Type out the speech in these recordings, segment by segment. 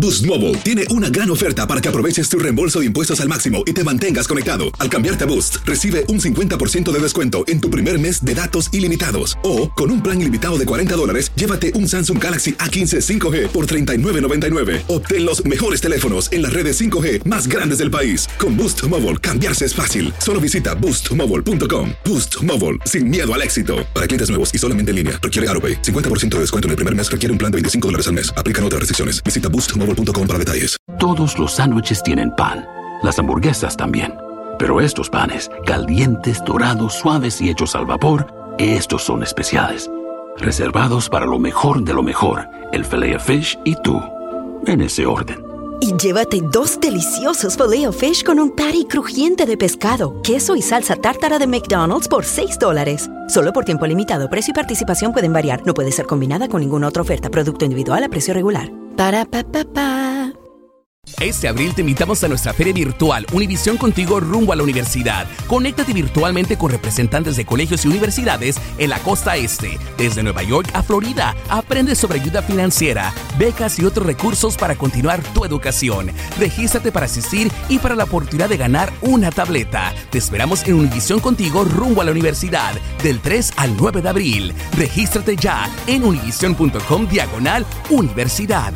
Boost Mobile tiene una gran oferta para que aproveches tu reembolso de impuestos al máximo y te mantengas conectado. Al cambiarte a Boost, recibe un 50% de descuento en tu primer mes de datos ilimitados. O, con un plan ilimitado de $40, llévate un Samsung Galaxy A15 5G por $39.99. Obtén los mejores teléfonos en las redes 5G más grandes del país. Con Boost Mobile, cambiarse es fácil. Solo visita boostmobile.com. Boost Mobile, sin miedo al éxito. Para clientes nuevos y solamente en línea, requiere AroPay. 50% de descuento en el primer mes requiere un plan de $25 al mes. Aplican otras restricciones. Visita boostmobile.com para detalles. Todos los sándwiches tienen pan. Las hamburguesas también. Pero estos panes, calientes, dorados, suaves y hechos al vapor, estos son especiales. Reservados para lo mejor de lo mejor. El Filet-O-Fish y tú. En ese orden. Y llévate 2 deliciosos Filet-O-Fish con un patty crujiente de pescado, queso y salsa tártara de McDonald's por $6. Solo por tiempo limitado. Precio y participación pueden variar. No puede ser combinada con ninguna otra oferta. Producto individual a precio regular. Para pa pa pa. Este abril te invitamos a nuestra feria virtual Univisión Contigo rumbo a la universidad. Conéctate virtualmente con representantes de colegios y universidades en la costa este, desde Nueva York a Florida. Aprende sobre ayuda financiera, becas y otros recursos para continuar tu educación. Regístrate para asistir y para la oportunidad de ganar una tableta. Te esperamos en Univisión Contigo rumbo a la universidad del 3 al 9 de abril. Regístrate ya en univision.com/universidad.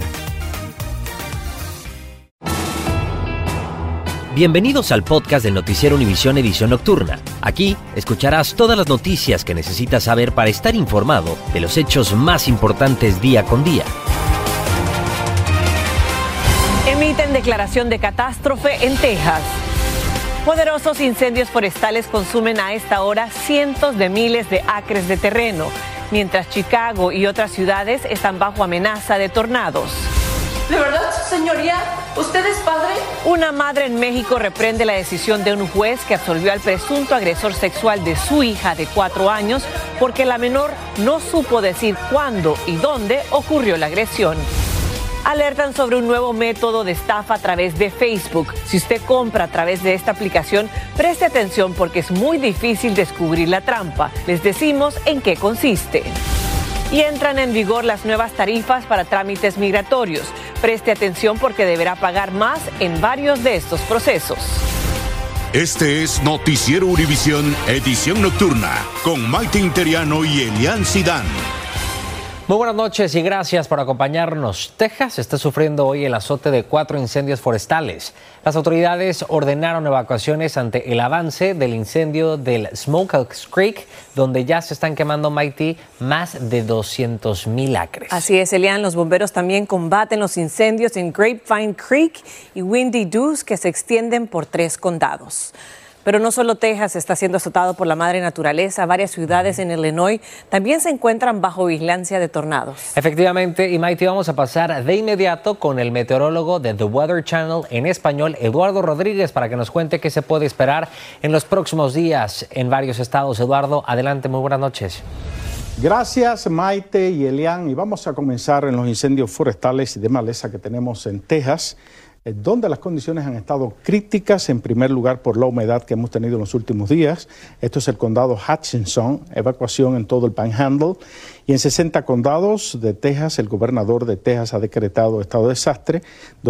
Bienvenidos al podcast del Noticiero Univisión Edición Nocturna. Aquí escucharás todas las noticias que necesitas saber para estar informado de los hechos más importantes día con día. Emiten declaración de catástrofe en Texas. Poderosos incendios forestales consumen a esta hora cientos de miles de acres de terreno, mientras Chicago y otras ciudades están bajo amenaza de tornados. ¿De verdad, señoría? ¿Usted es padre? Una madre en México reprende la decisión de un juez que absolvió al presunto agresor sexual de su hija de 4 años porque la menor no supo decir cuándo y dónde ocurrió la agresión. Alertan sobre un nuevo método de estafa a través de Facebook. Si usted compra a través de esta aplicación, preste atención porque es muy difícil descubrir la trampa. Les decimos en qué consiste. Y entran en vigor las nuevas tarifas para trámites migratorios. Preste atención porque deberá pagar más en varios de estos procesos. Este es Noticiero Univisión, edición nocturna, con Maite Interiano y Elian Sidán. Muy buenas noches y gracias por acompañarnos. Texas está sufriendo hoy el azote de 4 incendios forestales. Las autoridades ordenaron evacuaciones ante el avance del incendio del Smokehouse Creek, donde ya se están quemando, Maite, más de 200,000 acres. Así es, Elian. Los bomberos también combaten los incendios en Grapevine Creek y Windy Deuce, que se extienden por 3 condados. Pero no solo Texas está siendo azotado por la madre naturaleza, varias ciudades en Illinois también se encuentran bajo vigilancia de tornados. Efectivamente, y Maite, vamos a pasar de inmediato con el meteorólogo de The Weather Channel en español, Eduardo Rodríguez, para que nos cuente qué se puede esperar en los próximos días en varios estados. Eduardo, adelante, muy buenas noches. Gracias, Maite y Elian, y vamos a comenzar en los incendios forestales y de maleza que tenemos en Texas, donde las condiciones han estado críticas, en primer lugar por la humedad que hemos tenido en los últimos días. Esto es el condado Hutchinson, evacuación en todo el Panhandle. Y en 60 condados de Texas, el gobernador de Texas ha decretado estado de desastre.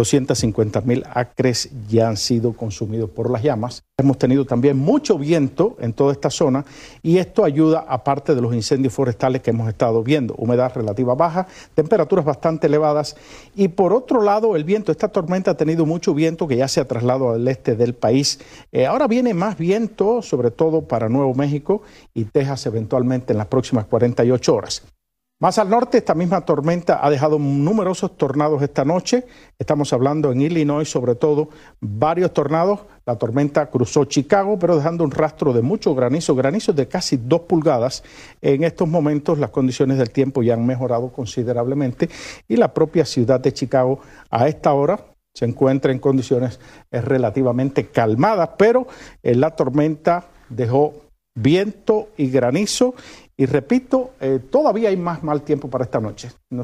250,000 acres ya han sido consumidos por las llamas. Hemos tenido también mucho viento en toda esta zona y esto ayuda, aparte de los incendios forestales que hemos estado viendo. Humedad relativa baja, temperaturas bastante elevadas y por otro lado el viento. Esta tormenta ha tenido mucho viento que ya se ha trasladado al este del país. Ahora viene más viento, sobre todo para Nuevo México y Texas eventualmente en las próximas 48 horas. Más al norte, esta misma tormenta ha dejado numerosos tornados esta noche. Estamos hablando en Illinois, sobre todo, varios tornados. La tormenta cruzó Chicago, pero dejando un rastro de mucho granizo, granizos de casi 2 pulgadas. En estos momentos las condiciones del tiempo ya han mejorado considerablemente y la propia ciudad de Chicago a esta hora se encuentra en condiciones relativamente calmadas, pero la tormenta dejó viento y granizo. Y repito, todavía hay más mal tiempo para esta noche.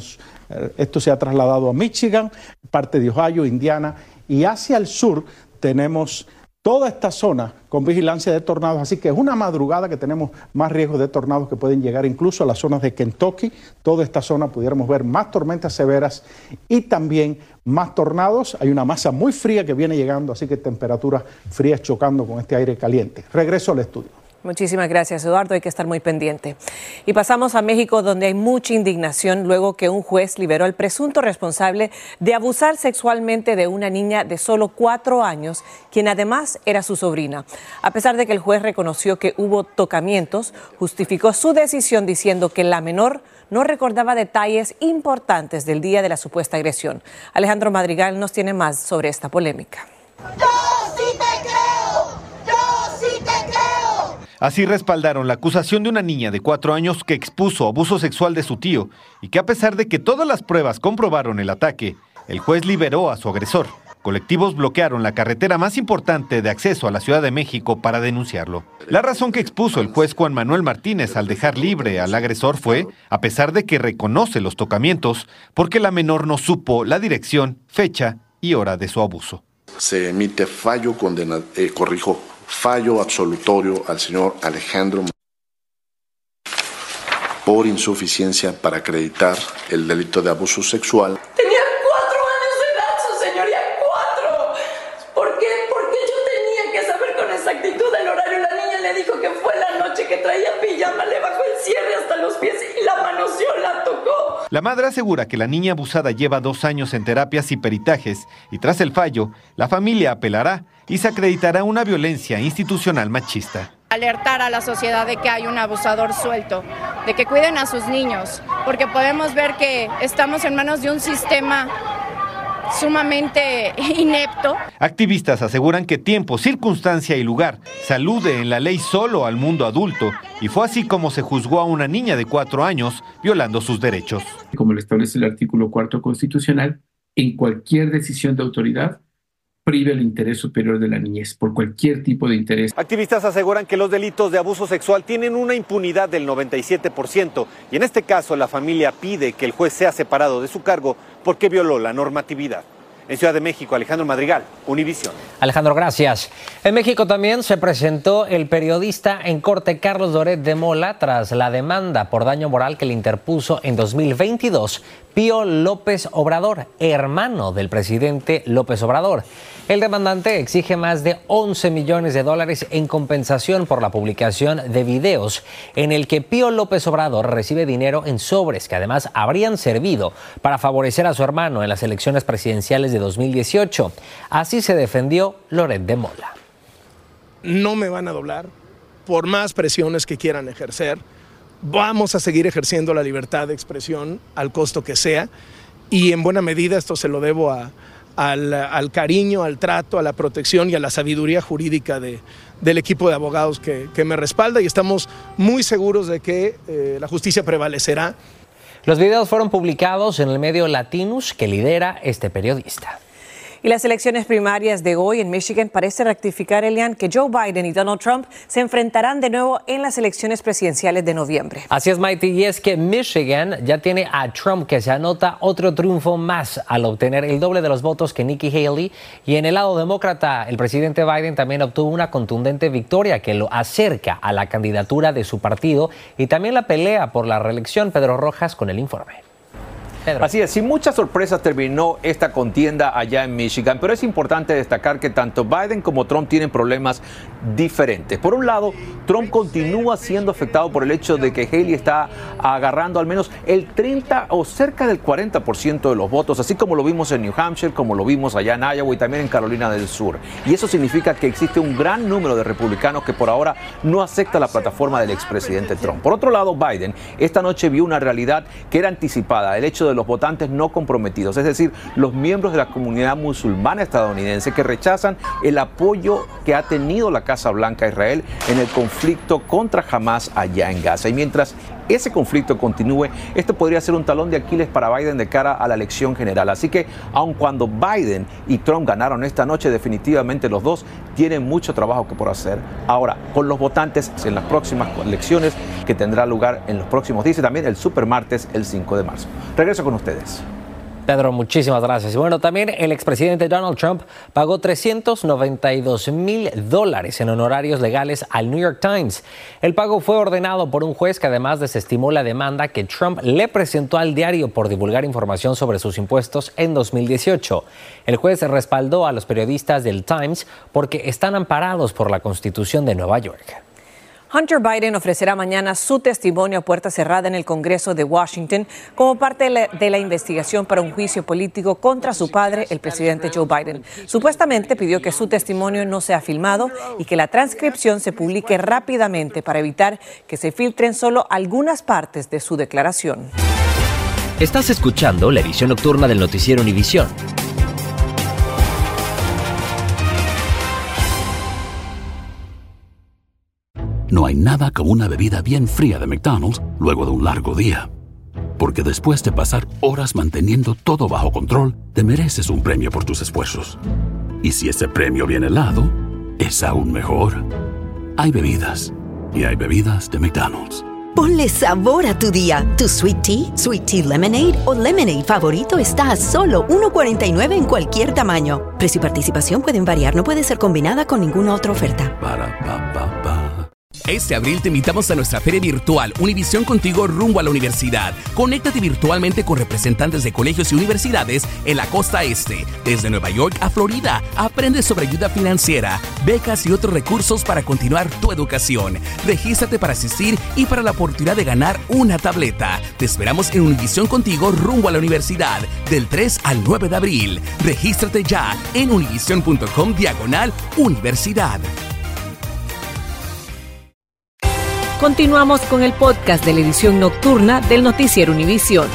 Esto se ha trasladado a Michigan, parte de Ohio, Indiana, y hacia el sur tenemos toda esta zona con vigilancia de tornados, así que es una madrugada que tenemos más riesgos de tornados que pueden llegar incluso a las zonas de Kentucky. Toda esta zona pudiéramos ver más tormentas severas y también más tornados. Hay una masa muy fría que viene llegando, así que temperaturas frías chocando con este aire caliente. Regreso al estudio. Muchísimas gracias, Eduardo. Hay que estar muy pendiente. Y pasamos a México, donde hay mucha indignación luego que un juez liberó al presunto responsable de abusar sexualmente de una niña de solo 4 años, quien además era su sobrina. A pesar de que el juez reconoció que hubo tocamientos, justificó su decisión diciendo que la menor no recordaba detalles importantes del día de la supuesta agresión. Alejandro Madrigal nos tiene más sobre esta polémica. ¡Yo sí te creo! ¡Yo sí te creo! Así respaldaron la acusación de una niña de 4 años que expuso abuso sexual de su tío y que, a pesar de que todas las pruebas comprobaron el ataque, el juez liberó a su agresor. Colectivos bloquearon la carretera más importante de acceso a la Ciudad de México para denunciarlo. La razón que expuso el juez Juan Manuel Martínez al dejar libre al agresor fue, a pesar de que reconoce los tocamientos, porque la menor no supo la dirección, fecha y hora de su abuso. Se emite fallo fallo absolutorio al señor Alejandro por insuficiencia para acreditar el delito de abuso sexual. Tenía 4 años de edad, su señoría, 4. ¿Por qué? Porque yo tenía que saber con exactitud el horario. La niña le dijo que fue la noche que traía pijama, le bajó el cierre hasta los pies y la manoseó, la tocó. La madre asegura que la niña abusada lleva 2 años en terapias y peritajes y tras el fallo, la familia apelará y se acreditará una violencia institucional machista. Alertar a la sociedad de que hay un abusador suelto, de que cuiden a sus niños, porque podemos ver que estamos en manos de un sistema sumamente inepto. Activistas aseguran que tiempo, circunstancia y lugar se alude en la ley solo al mundo adulto y fue así como se juzgó a una niña de 4 años violando sus derechos. Como lo establece el artículo 4 constitucional, en cualquier decisión de autoridad prive el interés superior de la niñez, por cualquier tipo de interés. Activistas aseguran que los delitos de abuso sexual tienen una impunidad del 97% y en este caso la familia pide que el juez sea separado de su cargo porque violó la normatividad. En Ciudad de México, Alejandro Madrigal, Univisión. Alejandro, gracias. En México también se presentó el periodista en corte Carlos Loret de Mola tras la demanda por daño moral que le interpuso en 2022 Pío López Obrador, hermano del presidente López Obrador. El demandante exige más de $11 millones en compensación por la publicación de videos en el que Pío López Obrador recibe dinero en sobres que además habrían servido para favorecer a su hermano en las elecciones presidenciales de 2018. Así se defendió Loret de Mola. No me van a doblar por más presiones que quieran ejercer. Vamos a seguir ejerciendo la libertad de expresión al costo que sea y en buena medida esto se lo debo al cariño, al trato, a la protección y a la sabiduría jurídica del equipo de abogados que me respalda y estamos muy seguros de que la justicia prevalecerá. Los videos fueron publicados en el medio Latinus que lidera este periodista. Y las elecciones primarias de hoy en Michigan parece rectificar, Elian, que Joe Biden y Donald Trump se enfrentarán de nuevo en las elecciones presidenciales de noviembre. Así es, Maite, y es que Michigan ya tiene a Trump, que se anota otro triunfo más al obtener el doble de los votos que Nikki Haley. Y en el lado demócrata, el presidente Biden también obtuvo una contundente victoria que lo acerca a la candidatura de su partido y también la pelea por la reelección. Pedro Rojas con el informe. Pedro. Así es, sin muchas sorpresas terminó esta contienda allá en Michigan, pero es importante destacar que tanto Biden como Trump tienen problemas diferentes. Por un lado, Trump continúa siendo afectado por el hecho de que Haley está agarrando al menos el 30 o cerca del 40% de los votos, así como lo vimos en New Hampshire, como lo vimos allá en Iowa y también en Carolina del Sur. Y eso significa que existe un gran número de republicanos que por ahora no acepta la plataforma del expresidente Trump. Por otro lado, Biden esta noche vio una realidad que era anticipada, el hecho de los votantes no comprometidos, es decir, los miembros de la comunidad musulmana estadounidense que rechazan el apoyo que ha tenido la Casa Blanca a Israel en el conflicto contra Hamas allá en Gaza. Y mientras ese conflicto continúe, esto podría ser un talón de Aquiles para Biden de cara a la elección general. Así que, aun cuando Biden y Trump ganaron esta noche, definitivamente los dos tienen mucho trabajo que por hacer. Ahora, con los votantes en las próximas elecciones que tendrá lugar en los próximos días y también el supermartes, el 5 de marzo. Regreso con ustedes. Pedro, muchísimas gracias. Y bueno, también el expresidente Donald Trump pagó $392,000 en honorarios legales al New York Times. El pago fue ordenado por un juez que además desestimó la demanda que Trump le presentó al diario por divulgar información sobre sus impuestos en 2018. El juez respaldó a los periodistas del Times porque están amparados por la Constitución de Nueva York. Hunter Biden ofrecerá mañana su testimonio a puerta cerrada en el Congreso de Washington como parte de la investigación para un juicio político contra su padre, el presidente Joe Biden. Supuestamente pidió que su testimonio no sea filmado y que la transcripción se publique rápidamente para evitar que se filtren solo algunas partes de su declaración. Estás escuchando la edición nocturna del noticiero Univisión. No hay nada como una bebida bien fría de McDonald's luego de un largo día. Porque después de pasar horas manteniendo todo bajo control, te mereces un premio por tus esfuerzos. Y si ese premio viene helado, es aún mejor. Hay bebidas. Y hay bebidas de McDonald's. Ponle sabor a tu día. Tu Sweet Tea Lemonade o Lemonade favorito está a solo $1.49 en cualquier tamaño. Precio y participación pueden variar. No puede ser combinada con ninguna otra oferta. Este abril te invitamos a nuestra feria virtual Univisión Contigo rumbo a la universidad. Conéctate virtualmente con representantes de colegios y universidades en la costa este, desde Nueva York a Florida. Aprende sobre ayuda financiera, becas y otros recursos para continuar tu educación. Regístrate para asistir y para la oportunidad de ganar una tableta. Te esperamos en Univisión Contigo rumbo a la universidad del 3 al 9 de abril. Regístrate ya en univision.com/universidad. Continuamos con el podcast de la edición nocturna del noticiero Univisión.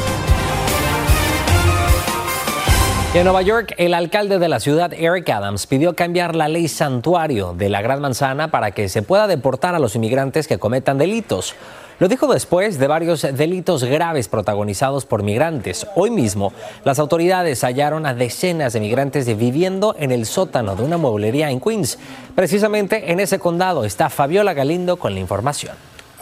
Y en Nueva York, el alcalde de la ciudad, Eric Adams, pidió cambiar la ley santuario de la Gran Manzana para que se pueda deportar a los inmigrantes que cometan delitos. Lo dijo después de varios delitos graves protagonizados por migrantes. Hoy mismo, las autoridades hallaron a decenas de migrantes viviendo en el sótano de una mueblería en Queens. Precisamente en ese condado está Fabiola Galindo con la información.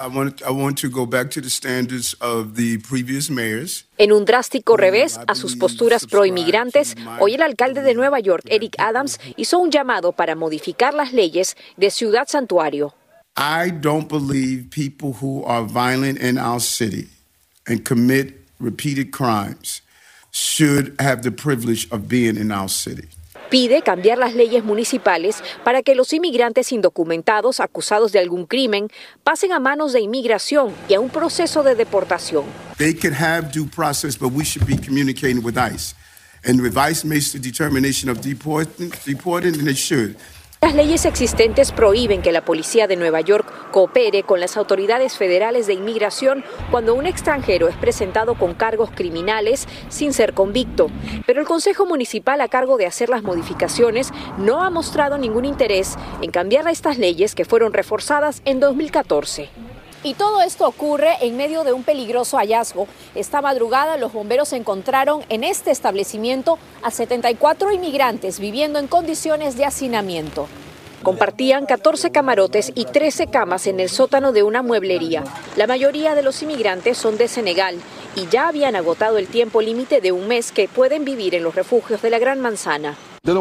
En un drástico revés a sus posturas pro-inmigrantes, hoy el alcalde de Nueva York, Eric Adams, hizo un llamado para modificar las leyes de Ciudad Santuario. I don't believe people who are violent in our city and commit repeated crimes should have the privilege of being in our city. Pide cambiar las leyes municipales para que los inmigrantes indocumentados acusados de algún crimen pasen a manos de inmigración y a un proceso de deportación. They could have due process, but we should be communicating with ICE. And if ICE makes the determination of deporting, then they should. Las leyes existentes prohíben que la policía de Nueva York coopere con las autoridades federales de inmigración cuando un extranjero es presentado con cargos criminales sin ser convicto. Pero el Consejo Municipal a cargo de hacer las modificaciones no ha mostrado ningún interés en cambiar estas leyes que fueron reforzadas en 2014. Y todo esto ocurre en medio de un peligroso hallazgo. Esta madrugada los bomberos encontraron en este establecimiento a 74 inmigrantes viviendo en condiciones de hacinamiento. Compartían 14 camarotes y 13 camas en el sótano de una mueblería. La mayoría de los inmigrantes son de Senegal y ya habían agotado el tiempo límite de un mes que pueden vivir en los refugios de la Gran Manzana.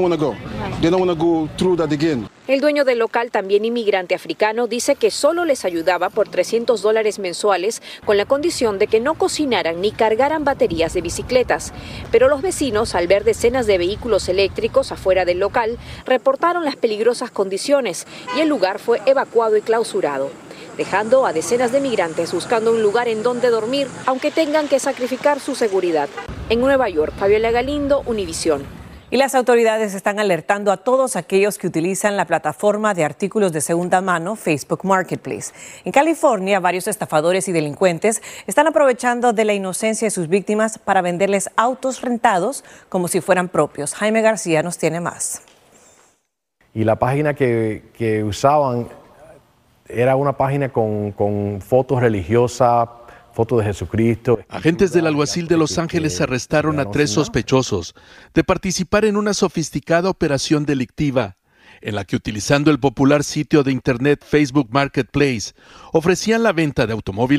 El dueño del local, también inmigrante africano, dice que solo les ayudaba por $300 mensuales con la condición de que no cocinaran ni cargaran baterías de bicicletas. Pero los vecinos, al ver decenas de vehículos eléctricos afuera del local, reportaron las peligrosas condiciones y el lugar fue evacuado y clausurado, dejando a decenas de migrantes buscando un lugar en donde dormir, aunque tengan que sacrificar su seguridad. En Nueva York, Fabiola Galindo, Univisión. Y las autoridades están alertando a todos aquellos que utilizan la plataforma de artículos de segunda mano Facebook Marketplace. En California, varios estafadores y delincuentes están aprovechando de la inocencia de sus víctimas para venderles autos rentados como si fueran propios. Jaime García nos tiene más. Y la página que usaban era una página con fotos religiosas, fotos de Jesucristo. Agentes del alguacil de Los Ángeles arrestaron a 3 sospechosos de participar en una sofisticada operación delictiva en la que, utilizando el popular sitio de internet Facebook Marketplace, ofrecían la venta de automóviles.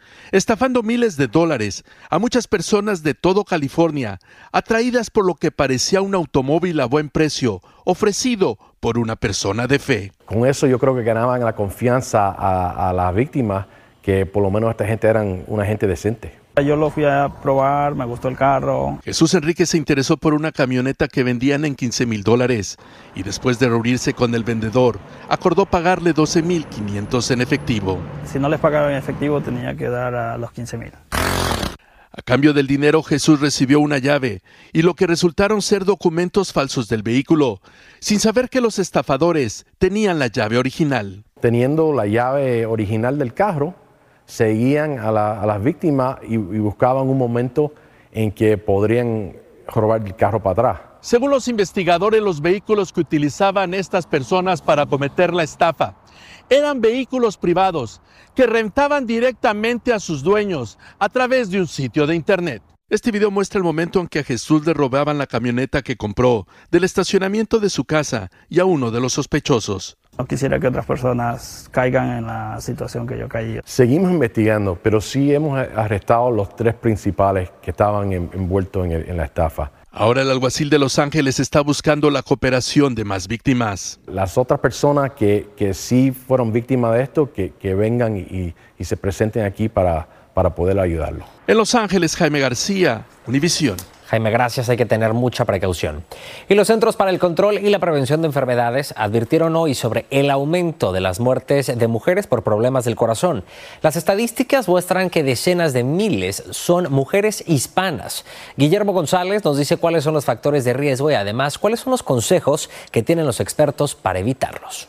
estafando miles de dólares a muchas personas de todo California, atraídas por lo que parecía un automóvil a buen precio, ofrecido por una persona de fe. Con eso yo creo que ganaban la confianza a las víctimas, que por lo menos esta gente eran una gente decente. Yo lo fui a probar, me gustó el carro. Jesús Enrique se interesó por una camioneta que vendían en $15,000 y después de reunirse con el vendedor, acordó pagarle $12,500 en efectivo. Si no les pagaba en efectivo tenía que dar a los $15,000. A cambio del dinero, Jesús recibió una llave y lo que resultaron ser documentos falsos del vehículo, sin saber que los estafadores tenían la llave original. Teniendo la llave original del carro, seguían a las víctimas y buscaban un momento en que podrían robar el carro para atrás. Según los investigadores, los vehículos que utilizaban estas personas para cometer la estafa eran vehículos privados que rentaban directamente a sus dueños a través de un sitio de internet. Este video muestra el momento en que a Jesús le robaban la camioneta que compró del estacionamiento de su casa y a uno de los sospechosos. No quisiera que otras personas caigan en la situación que yo caí. Seguimos investigando, pero sí hemos arrestado los 3 principales que estaban envueltos en la estafa. Ahora el alguacil de Los Ángeles está buscando la cooperación de más víctimas. Las otras personas que sí fueron víctimas de esto, que vengan y se presenten aquí para poder ayudarlos. En Los Ángeles, Jaime García, Univisión. Jaime, gracias. Hay que tener mucha precaución. Y los Centros para el Control y la Prevención de Enfermedades advirtieron hoy sobre el aumento de las muertes de mujeres por problemas del corazón. Las estadísticas muestran que decenas de miles son mujeres hispanas. Guillermo González nos dice cuáles son los factores de riesgo y además cuáles son los consejos que tienen los expertos para evitarlos.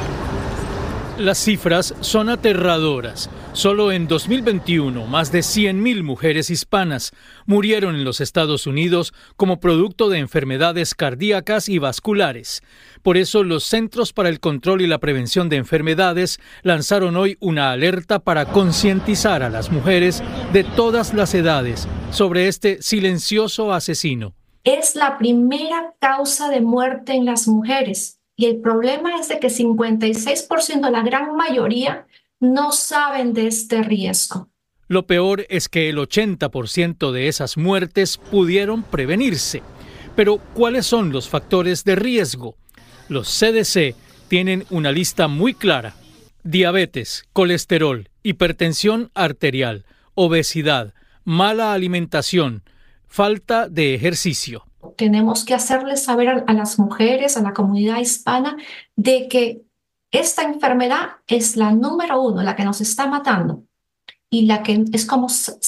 Las cifras son aterradoras. Solo en 2021, más de 100,000 mujeres hispanas murieron en los Estados Unidos como producto de enfermedades cardíacas y vasculares. Por eso, los Centros para el Control y la Prevención de Enfermedades lanzaron hoy una alerta para concientizar a las mujeres de todas las edades sobre este silencioso asesino. Es la primera causa de muerte en las mujeres. Y el problema es de que 56%, la gran mayoría, no saben de este riesgo. Lo peor es que el 80% de esas muertes pudieron prevenirse. Pero, ¿cuáles son los factores de riesgo? Los CDC tienen una lista muy clara. Diabetes, colesterol, hipertensión arterial, obesidad, mala alimentación, falta de ejercicio. Tenemos que hacerles saber a las mujeres, a la comunidad hispana, de que esta enfermedad es la número 1, la que nos está matando y la que es como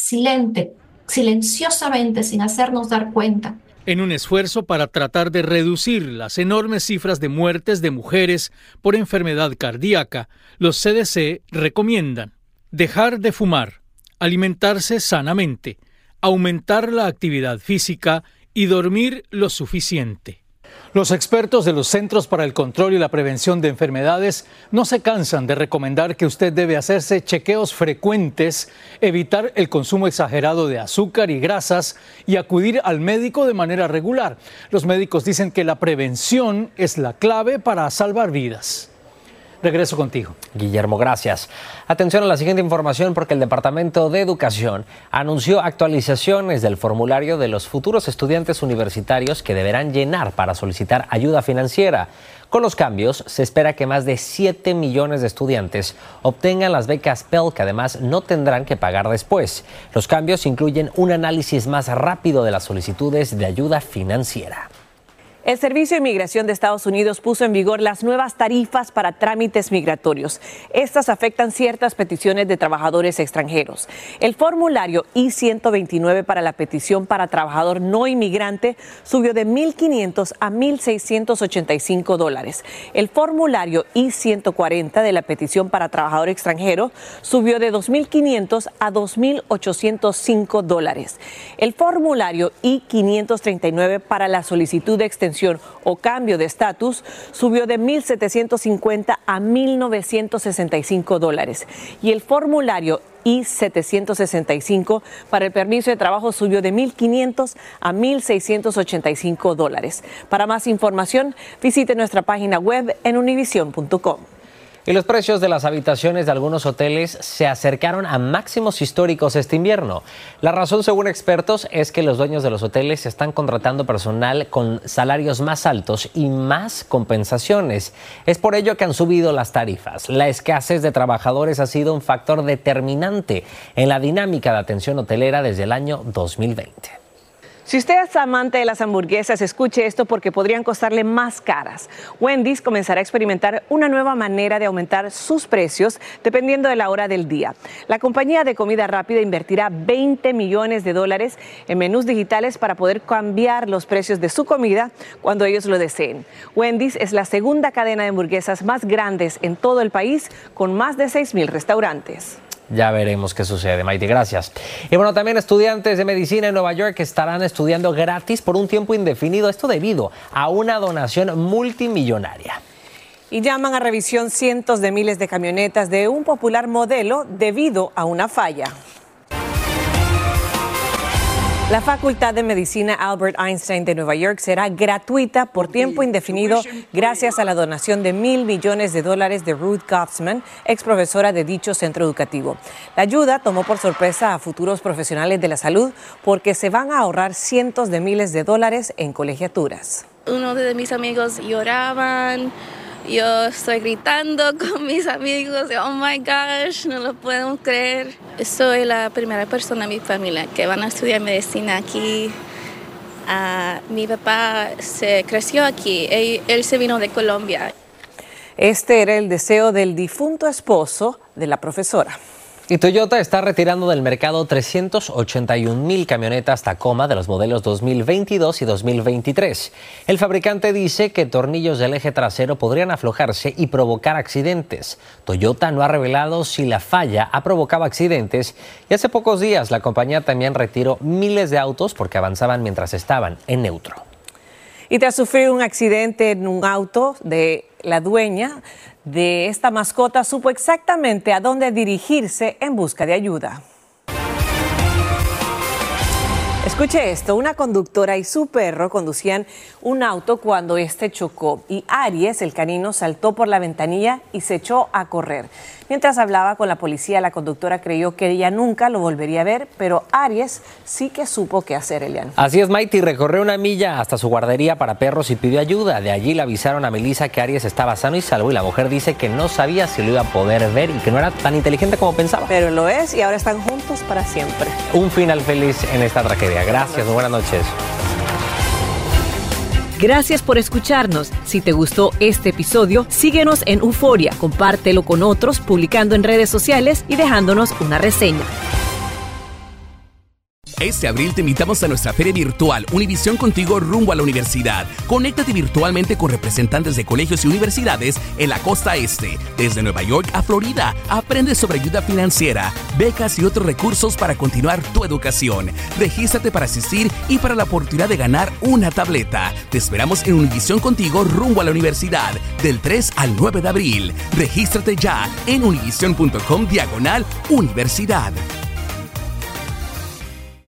silenciosamente, sin hacernos dar cuenta. En un esfuerzo para tratar de reducir las enormes cifras de muertes de mujeres por enfermedad cardíaca, los CDC recomiendan dejar de fumar, alimentarse sanamente, aumentar la actividad física y dormir lo suficiente. Los expertos de los Centros para el Control y la Prevención de Enfermedades no se cansan de recomendar que usted debe hacerse chequeos frecuentes, evitar el consumo exagerado de azúcar y grasas y acudir al médico de manera regular. Los médicos dicen que la prevención es la clave para salvar vidas. Regreso contigo. Guillermo, gracias. Atención a la siguiente información porque el Departamento de Educación anunció actualizaciones del formulario de los futuros estudiantes universitarios que deberán llenar para solicitar ayuda financiera. Con los cambios, se espera que más de 7 millones de estudiantes obtengan las becas Pell, que además no tendrán que pagar después. Los cambios incluyen un análisis más rápido de las solicitudes de ayuda financiera. El Servicio de Inmigración de Estados Unidos puso en vigor las nuevas tarifas para trámites migratorios. Estas afectan ciertas peticiones de trabajadores extranjeros. El formulario I-129 para la petición para trabajador no inmigrante subió de $1,500 a $1,685. El formulario I-140 de la petición para trabajador extranjero subió de $2,500 a $2,805. El formulario I-539 para la solicitud de extensión o cambio de estatus subió de $1,750 a $1,965 y el formulario I-765 para el permiso de trabajo subió de $1,500 a $1,685. Para más información, visite nuestra página web en univision.com. Y los precios de las habitaciones de algunos hoteles se acercaron a máximos históricos este invierno. La razón, según expertos, es que los dueños de los hoteles están contratando personal con salarios más altos y más compensaciones. Es por ello que han subido las tarifas. La escasez de trabajadores ha sido un factor determinante en la dinámica de atención hotelera desde el año 2020. Si usted es amante de las hamburguesas, escuche esto porque podrían costarle más caras. Wendy's comenzará a experimentar una nueva manera de aumentar sus precios dependiendo de la hora del día. La compañía de comida rápida invertirá $20 millones en menús digitales para poder cambiar los precios de su comida cuando ellos lo deseen. Wendy's es la segunda cadena de hamburguesas más grandes en todo el país, con más de 6,000 restaurantes. Ya veremos qué sucede, Maite, gracias. Y bueno, también estudiantes de medicina en Nueva York estarán estudiando gratis por un tiempo indefinido, esto debido a una donación multimillonaria. Y llaman a revisión cientos de miles de camionetas de un popular modelo debido a una falla. La Facultad de Medicina Albert Einstein de Nueva York será gratuita por tiempo indefinido gracias a la donación de $1,000 millones de Ruth Kaufman, ex profesora de dicho centro educativo. La ayuda tomó por sorpresa a futuros profesionales de la salud porque se van a ahorrar cientos de miles de dólares en colegiaturas. Uno de mis amigos lloraban. Yo estoy gritando con mis amigos, oh my gosh, no lo puedo creer. Soy la primera persona en mi familia que van a estudiar medicina aquí. Mi papá se creció aquí, él se vino de Colombia. Este era el deseo del difunto esposo de la profesora. Y Toyota está retirando del mercado 381,000 camionetas Tacoma de los modelos 2022 y 2023. El fabricante dice que tornillos del eje trasero podrían aflojarse y provocar accidentes. Toyota no ha revelado si la falla ha provocado accidentes y hace pocos días la compañía también retiró miles de autos porque avanzaban mientras estaban en neutro. Y tras sufrir un accidente en un auto, la dueña de esta mascota supo exactamente a dónde dirigirse en busca de ayuda. Escuche esto, una conductora y su perro conducían un auto cuando este chocó y Aries, el canino, saltó por la ventanilla y se echó a correr. Mientras hablaba con la policía, la conductora creyó que ella nunca lo volvería a ver, pero Aries sí que supo qué hacer, Elian. Así es, Maite, recorrió una milla hasta su guardería para perros y pidió ayuda. De allí le avisaron a Melissa que Aries estaba sano y salvo y la mujer dice que no sabía si lo iba a poder ver y que no era tan inteligente como pensaba. Pero lo es y ahora están juntos para siempre. Un final feliz en esta tragedia. Gracias, muy buenas noches. Gracias por escucharnos. Si te gustó este episodio, síguenos en Euforia, compártelo con otros, publicando en redes sociales y dejándonos una reseña. Este abril te invitamos a nuestra feria virtual Univisión Contigo rumbo a la universidad. Conéctate virtualmente con representantes de colegios y universidades en la costa este, desde Nueva York a Florida. Aprende sobre ayuda financiera, becas y otros recursos para continuar tu educación. Regístrate para asistir y para la oportunidad de ganar una tableta. Te esperamos en Univisión Contigo rumbo a la universidad del 3 al 9 de abril. Regístrate ya en univision.com/universidad.